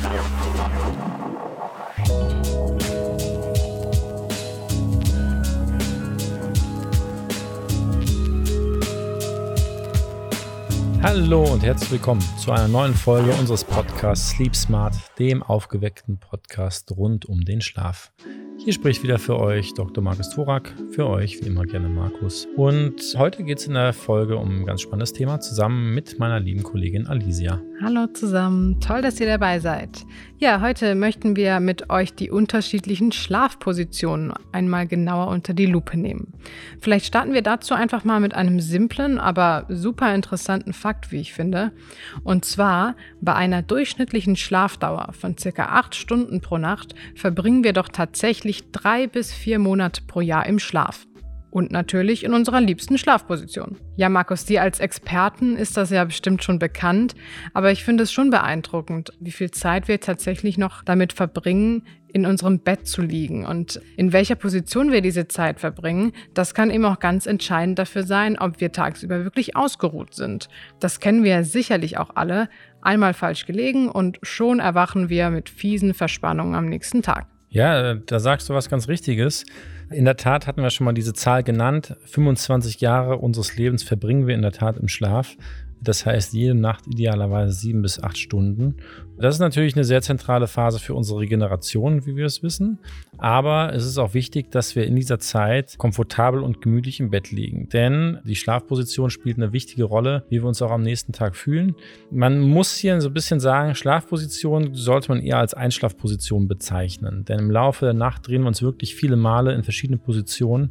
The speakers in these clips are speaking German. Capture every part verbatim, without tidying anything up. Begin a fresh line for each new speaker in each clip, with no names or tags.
Hallo und herzlich willkommen zu einer neuen Folge unseres Podcasts Sleep Smart, dem aufgeweckten Podcast rund um den Schlaf. Hier spricht wieder für euch Doktor Markus Thorak, für euch wie immer gerne Markus. Und heute geht es in der Folge um ein ganz spannendes Thema zusammen mit meiner lieben Kollegin Alicia.
Hallo zusammen, toll, dass ihr dabei seid. Ja, heute möchten wir mit euch die unterschiedlichen Schlafpositionen einmal genauer unter die Lupe nehmen. Vielleicht starten wir dazu einfach mal mit einem simplen, aber super interessanten Fakt, wie ich finde. Und zwar, bei einer durchschnittlichen Schlafdauer von circa acht Stunden pro Nacht verbringen wir doch tatsächlich drei bis vier Monate pro Jahr im Schlaf. Und natürlich in unserer liebsten Schlafposition. Ja, Markus, dir als Experten ist das ja bestimmt schon bekannt, aber ich finde es schon beeindruckend, wie viel Zeit wir tatsächlich noch damit verbringen, in unserem Bett zu liegen. Und in welcher Position wir diese Zeit verbringen, das kann eben auch ganz entscheidend dafür sein, ob wir tagsüber wirklich ausgeruht sind. Das kennen wir ja sicherlich auch alle. Einmal falsch gelegen und schon erwachen wir mit fiesen Verspannungen am nächsten Tag.
Ja, da sagst du was ganz Richtiges. In der Tat hatten wir schon mal diese Zahl genannt. fünfundzwanzig Jahre unseres Lebens verbringen wir in der Tat im Schlaf. Das heißt, jede Nacht idealerweise sieben bis acht Stunden. Das ist natürlich eine sehr zentrale Phase für unsere Regeneration, wie wir es wissen. Aber es ist auch wichtig, dass wir in dieser Zeit komfortabel und gemütlich im Bett liegen. Denn die Schlafposition spielt eine wichtige Rolle, wie wir uns auch am nächsten Tag fühlen. Man muss hier so ein bisschen sagen, Schlafposition sollte man eher als Einschlafposition bezeichnen. Denn im Laufe der Nacht drehen wir uns wirklich viele Male in verschiedene Positionen.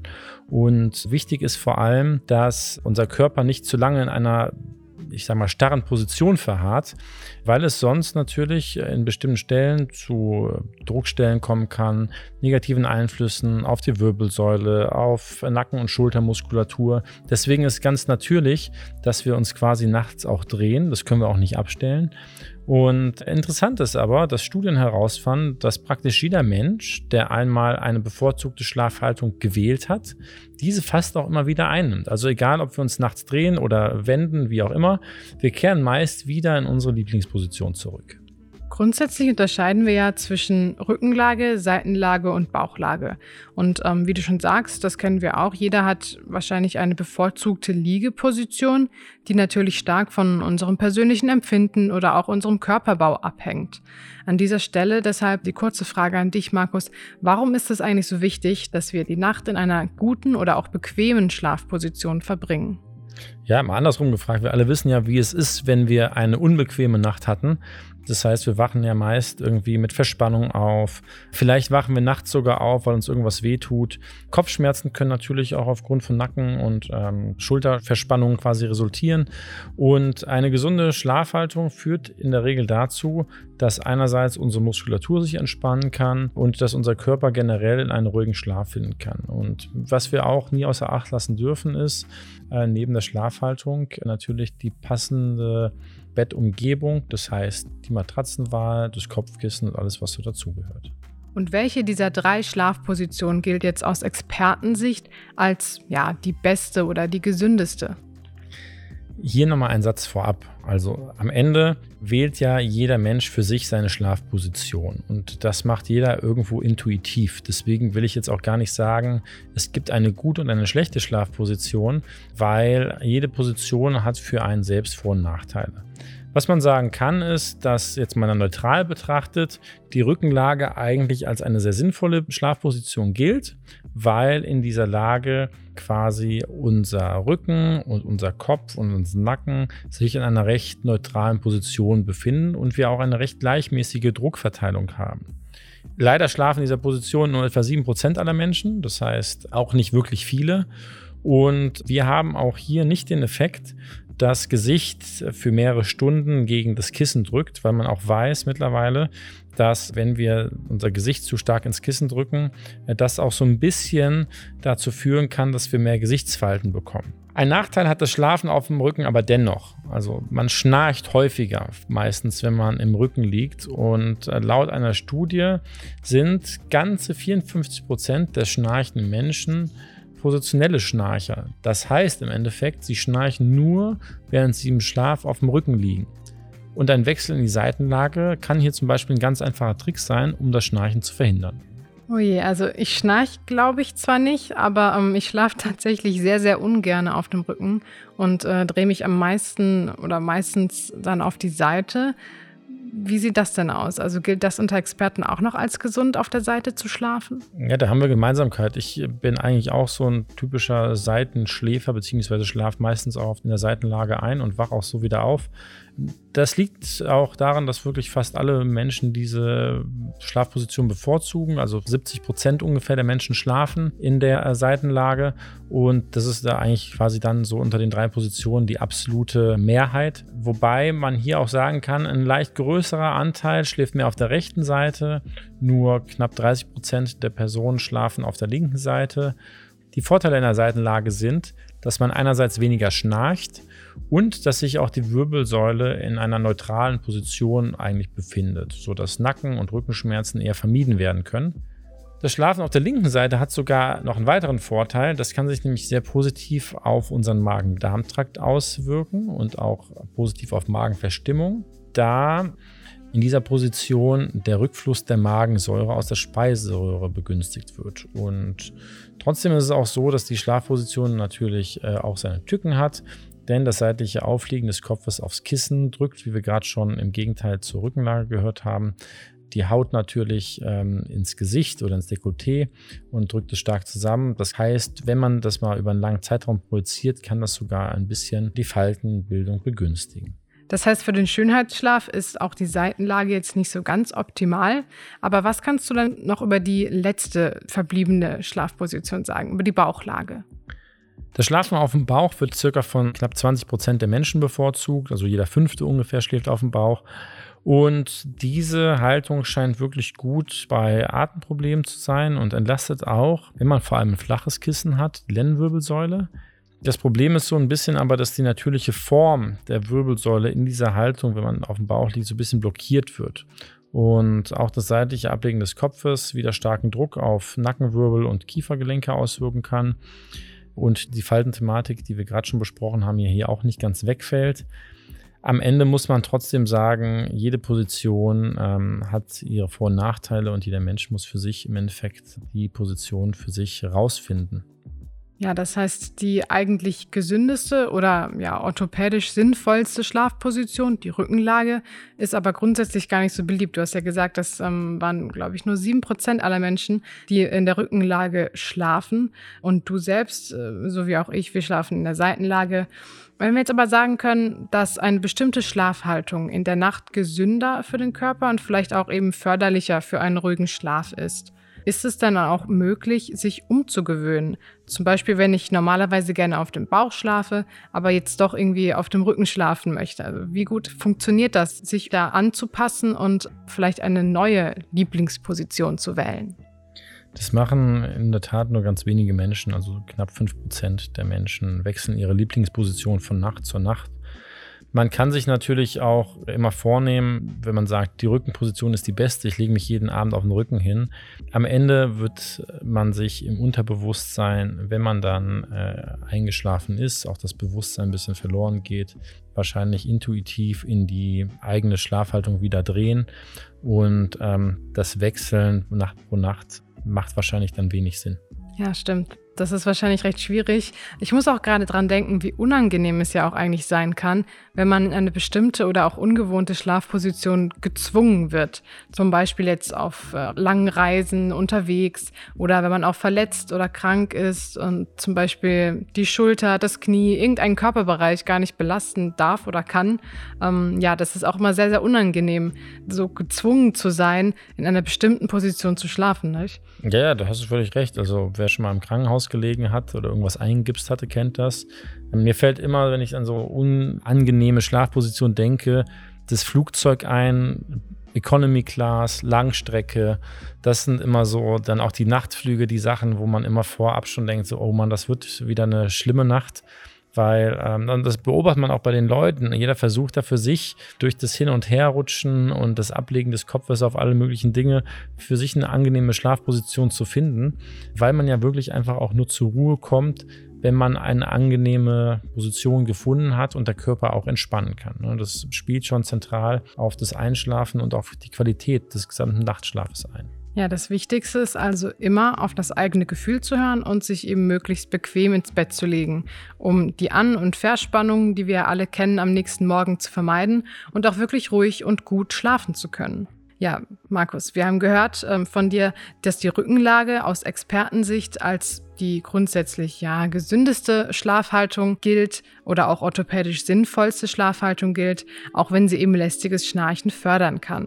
Und wichtig ist vor allem, dass unser Körper nicht zu lange in einer ich sag mal, starren Position verharrt, weil es sonst natürlich in bestimmten Stellen zu Druckstellen kommen kann, negativen Einflüssen auf die Wirbelsäule, auf Nacken- und Schultermuskulatur. Deswegen ist ganz natürlich, dass wir uns quasi nachts auch drehen. Das können wir auch nicht abstellen. Und interessant ist aber, dass Studien herausfanden, dass praktisch jeder Mensch, der einmal eine bevorzugte Schlafhaltung gewählt hat, diese fast auch immer wieder einnimmt. Also egal, ob wir uns nachts drehen oder wenden, wie auch immer, wir kehren meist wieder in unsere Lieblingsposition zurück.
Grundsätzlich unterscheiden wir ja zwischen Rückenlage, Seitenlage und Bauchlage. Und ähm, wie du schon sagst, das kennen wir auch. Jeder hat wahrscheinlich eine bevorzugte Liegeposition, die natürlich stark von unserem persönlichen Empfinden oder auch unserem Körperbau abhängt. An dieser Stelle deshalb die kurze Frage an dich, Markus. Warum ist es eigentlich so wichtig, dass wir die Nacht in einer guten oder auch bequemen Schlafposition verbringen?
Ja, mal andersrum gefragt. Wir alle wissen ja, wie es ist, wenn wir eine unbequeme Nacht hatten. Das heißt, wir wachen ja meist irgendwie mit Verspannung auf. Vielleicht wachen wir nachts sogar auf, weil uns irgendwas wehtut. Kopfschmerzen können natürlich auch aufgrund von Nacken- und ähm, Schulterverspannungen quasi resultieren. Und eine gesunde Schlafhaltung führt in der Regel dazu, dass einerseits unsere Muskulatur sich entspannen kann und dass unser Körper generell in einen ruhigen Schlaf finden kann. Und was wir auch nie außer Acht lassen dürfen, ist äh, neben der Schlafhaltung natürlich die passende Bettumgebung, das heißt die Matratzenwahl, das Kopfkissen und alles, was so dazugehört.
Und welche dieser drei Schlafpositionen gilt jetzt aus Expertensicht als ja, die beste oder die gesündeste?
Hier nochmal ein Satz vorab. Also am Ende wählt ja jeder Mensch für sich seine Schlafposition und das macht jeder irgendwo intuitiv. Deswegen will ich jetzt auch gar nicht sagen, es gibt eine gute und eine schlechte Schlafposition, weil jede Position hat für einen selbst Vor- und Nachteile. Was man sagen kann, ist, dass jetzt mal neutral betrachtet, die Rückenlage eigentlich als eine sehr sinnvolle Schlafposition gilt, weil in dieser Lage quasi unser Rücken und unser Kopf und unser Nacken sich in einer recht neutralen Position befinden und wir auch eine recht gleichmäßige Druckverteilung haben. Leider schlafen in dieser Position nur etwa sieben Prozent aller Menschen, das heißt auch nicht wirklich viele. Und wir haben auch hier nicht den Effekt, das Gesicht für mehrere Stunden gegen das Kissen drückt, weil man auch weiß mittlerweile, dass wenn wir unser Gesicht zu stark ins Kissen drücken, das auch so ein bisschen dazu führen kann, dass wir mehr Gesichtsfalten bekommen. Ein Nachteil hat das Schlafen auf dem Rücken aber dennoch. Also man schnarcht häufiger, meistens wenn man im Rücken liegt. Und laut einer Studie sind ganze vierundfünfzig Prozent der schnarchenden Menschen positionelle Schnarcher. Das heißt im Endeffekt, sie schnarchen nur, während sie im Schlaf auf dem Rücken liegen. Und ein Wechsel in die Seitenlage kann hier zum Beispiel ein ganz einfacher Trick sein, um das Schnarchen zu verhindern.
Oh je, also ich schnarche, glaube ich zwar nicht, aber ähm, ich schlafe tatsächlich sehr, sehr ungern auf dem Rücken und äh, drehe mich am meisten oder meistens dann auf die Seite. Wie sieht das denn aus? Also gilt das unter Experten auch noch als gesund, auf der Seite zu schlafen?
Ja, da haben wir Gemeinsamkeit. Ich bin eigentlich auch so ein typischer Seitenschläfer, beziehungsweise schlafe meistens auch in der Seitenlage ein und wache auch so wieder auf. Das liegt auch daran, dass wirklich fast alle Menschen diese Schlafposition bevorzugen. Also siebzig Prozent ungefähr der Menschen schlafen in der Seitenlage. Und das ist da eigentlich quasi dann so unter den drei Positionen die absolute Mehrheit. Wobei man hier auch sagen kann, ein leicht größerer Anteil schläft mehr auf der rechten Seite. Nur knapp dreißig Prozent der Personen schlafen auf der linken Seite. Die Vorteile in der Seitenlage sind, dass man einerseits weniger schnarcht und dass sich auch die Wirbelsäule in einer neutralen Position eigentlich befindet, sodass Nacken- und Rückenschmerzen eher vermieden werden können. Das Schlafen auf der linken Seite hat sogar noch einen weiteren Vorteil. Das kann sich nämlich sehr positiv auf unseren Magen-Darm-Trakt auswirken und auch positiv auf Magenverstimmung, da in dieser Position der Rückfluss der Magensäure aus der Speiseröhre begünstigt wird. Und trotzdem ist es auch so, dass die Schlafposition natürlich äh, auch seine Tücken hat, denn das seitliche Aufliegen des Kopfes aufs Kissen drückt, wie wir gerade schon im Gegenteil zur Rückenlage gehört haben, die Haut natürlich ähm, ins Gesicht oder ins Dekolleté und drückt es stark zusammen. Das heißt, wenn man das mal über einen langen Zeitraum projiziert, kann das sogar ein bisschen die Faltenbildung begünstigen.
Das heißt, für den Schönheitsschlaf ist auch die Seitenlage jetzt nicht so ganz optimal. Aber was kannst du dann noch über die letzte verbliebene Schlafposition sagen, über die Bauchlage?
Das Schlafen auf dem Bauch wird circa von knapp zwanzig Prozent der Menschen bevorzugt, also jeder Fünfte ungefähr schläft auf dem Bauch. Und diese Haltung scheint wirklich gut bei Atemproblemen zu sein und entlastet auch, wenn man vor allem ein flaches Kissen hat, die Lendenwirbelsäule. Das Problem ist so ein bisschen aber, dass die natürliche Form der Wirbelsäule in dieser Haltung, wenn man auf dem Bauch liegt, so ein bisschen blockiert wird. Und auch das seitliche Ablegen des Kopfes wieder starken Druck auf Nackenwirbel und Kiefergelenke auswirken kann. Und die Faltenthematik, die wir gerade schon besprochen haben, hier, hier auch nicht ganz wegfällt. Am Ende muss man trotzdem sagen, jede Position ähm, hat ihre Vor- und Nachteile und jeder Mensch muss für sich im Endeffekt die Position für sich herausfinden.
Ja, das heißt, die eigentlich gesündeste oder ja orthopädisch sinnvollste Schlafposition, die Rückenlage, ist aber grundsätzlich gar nicht so beliebt. Du hast ja gesagt, das ähm, waren, glaube ich, nur sieben Prozent aller Menschen, die in der Rückenlage schlafen. Und du selbst, äh, so wie auch ich, wir schlafen in der Seitenlage. Wenn wir jetzt aber sagen können, dass eine bestimmte Schlafhaltung in der Nacht gesünder für den Körper und vielleicht auch eben förderlicher für einen ruhigen Schlaf ist, ist es dann auch möglich, sich umzugewöhnen? Zum Beispiel, wenn ich normalerweise gerne auf dem Bauch schlafe, aber jetzt doch irgendwie auf dem Rücken schlafen möchte. Also wie gut funktioniert das, sich da anzupassen und vielleicht eine neue Lieblingsposition zu wählen?
Das machen in der Tat nur ganz wenige Menschen, also knapp fünf Prozent der Menschen wechseln ihre Lieblingsposition von Nacht zu Nacht. Man kann sich natürlich auch immer vornehmen, wenn man sagt, die Rückenposition ist die beste, ich lege mich jeden Abend auf den Rücken hin. Am Ende wird man sich im Unterbewusstsein, wenn man dann äh, eingeschlafen ist, auch das Bewusstsein ein bisschen verloren geht, wahrscheinlich intuitiv in die eigene Schlafhaltung wieder drehen. Und ähm, das Wechseln Nacht pro Nacht macht wahrscheinlich dann wenig Sinn.
Ja, stimmt. Das ist wahrscheinlich recht schwierig. Ich muss auch gerade dran denken, wie unangenehm es ja auch eigentlich sein kann, wenn man in eine bestimmte oder auch ungewohnte Schlafposition gezwungen wird. Zum Beispiel jetzt auf äh, langen Reisen unterwegs oder wenn man auch verletzt oder krank ist und zum Beispiel die Schulter, das Knie, irgendeinen Körperbereich gar nicht belasten darf oder kann. Ähm, ja, das ist auch immer sehr, sehr unangenehm, so gezwungen zu sein, in einer bestimmten Position zu schlafen, nicht?
Ja, ja, da hast du völlig recht. Also wer schon mal im Krankenhaus gelegen hat oder irgendwas eingegipst hatte, kennt das. Mir fällt immer, wenn ich an so unangenehme Schlafposition denke, das Flugzeug ein, Economy Class, Langstrecke. Das sind immer so dann auch die Nachtflüge, die Sachen, wo man immer vorab schon denkt, so, oh Mann, das wird wieder eine schlimme Nacht. Weil ähm, das beobachtet man auch bei den Leuten. Jeder versucht da für sich durch das Hin- und Herrutschen und das Ablegen des Kopfes auf alle möglichen Dinge für sich eine angenehme Schlafposition zu finden, weil man ja wirklich einfach auch nur zur Ruhe kommt, wenn man eine angenehme Position gefunden hat und der Körper auch entspannen kann. Das spielt schon zentral auf das Einschlafen und auf die Qualität des gesamten Nachtschlafes ein.
Ja, das Wichtigste ist also immer auf das eigene Gefühl zu hören und sich eben möglichst bequem ins Bett zu legen, um die An- und Verspannungen, die wir alle kennen, am nächsten Morgen zu vermeiden und auch wirklich ruhig und gut schlafen zu können. Ja, Markus, wir haben gehört ähm, von dir, dass die Rückenlage aus Expertensicht als die grundsätzlich ja gesündeste Schlafhaltung gilt oder auch orthopädisch sinnvollste Schlafhaltung gilt, auch wenn sie eben lästiges Schnarchen fördern kann.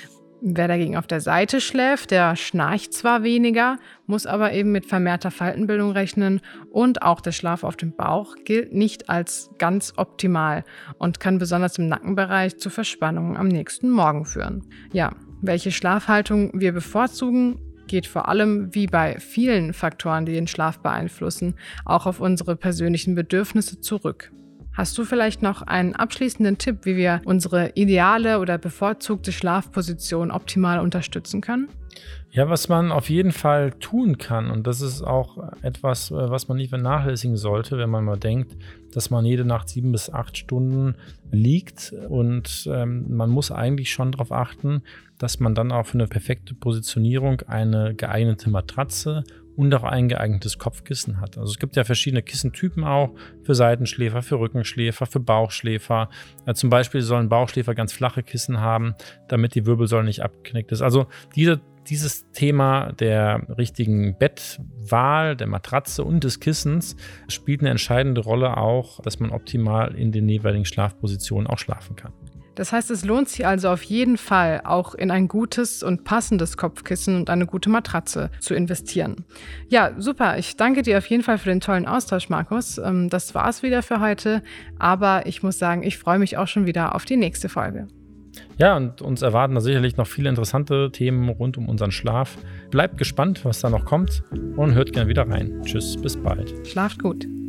Wer dagegen auf der Seite schläft, der schnarcht zwar weniger, muss aber eben mit vermehrter Faltenbildung rechnen und auch der Schlaf auf dem Bauch gilt nicht als ganz optimal und kann besonders im Nackenbereich zu Verspannungen am nächsten Morgen führen. Ja, welche Schlafhaltung wir bevorzugen, geht vor allem, wie bei vielen Faktoren, die den Schlaf beeinflussen, auch auf unsere persönlichen Bedürfnisse zurück. Hast du vielleicht noch einen abschließenden Tipp, wie wir unsere ideale oder bevorzugte Schlafposition optimal unterstützen können?
Ja, was man auf jeden Fall tun kann, und das ist auch etwas, was man nicht vernachlässigen sollte, wenn man mal denkt, dass man jede Nacht sieben bis acht Stunden liegt und ähm, man muss eigentlich schon darauf achten, dass man dann auch für eine perfekte Positionierung eine geeignete Matratze und auch ein geeignetes Kopfkissen hat. Also es gibt ja verschiedene Kissentypen auch für Seitenschläfer, für Rückenschläfer, für Bauchschläfer. Ja, zum Beispiel sollen Bauchschläfer ganz flache Kissen haben, damit die Wirbelsäule nicht abgeknickt ist. Also diese, dieses Thema der richtigen Bettwahl, der Matratze und des Kissens spielt eine entscheidende Rolle auch, dass man optimal in den jeweiligen Schlafpositionen auch schlafen kann.
Das heißt, es lohnt sich also auf jeden Fall, auch in ein gutes und passendes Kopfkissen und eine gute Matratze zu investieren. Ja, super. Ich danke dir auf jeden Fall für den tollen Austausch, Markus. Das war's wieder für heute. Aber ich muss sagen, ich freue mich auch schon wieder auf die nächste Folge.
Ja, und uns erwarten da sicherlich noch viele interessante Themen rund um unseren Schlaf. Bleibt gespannt, was da noch kommt und hört gerne wieder rein. Tschüss, bis bald.
Schlaft gut.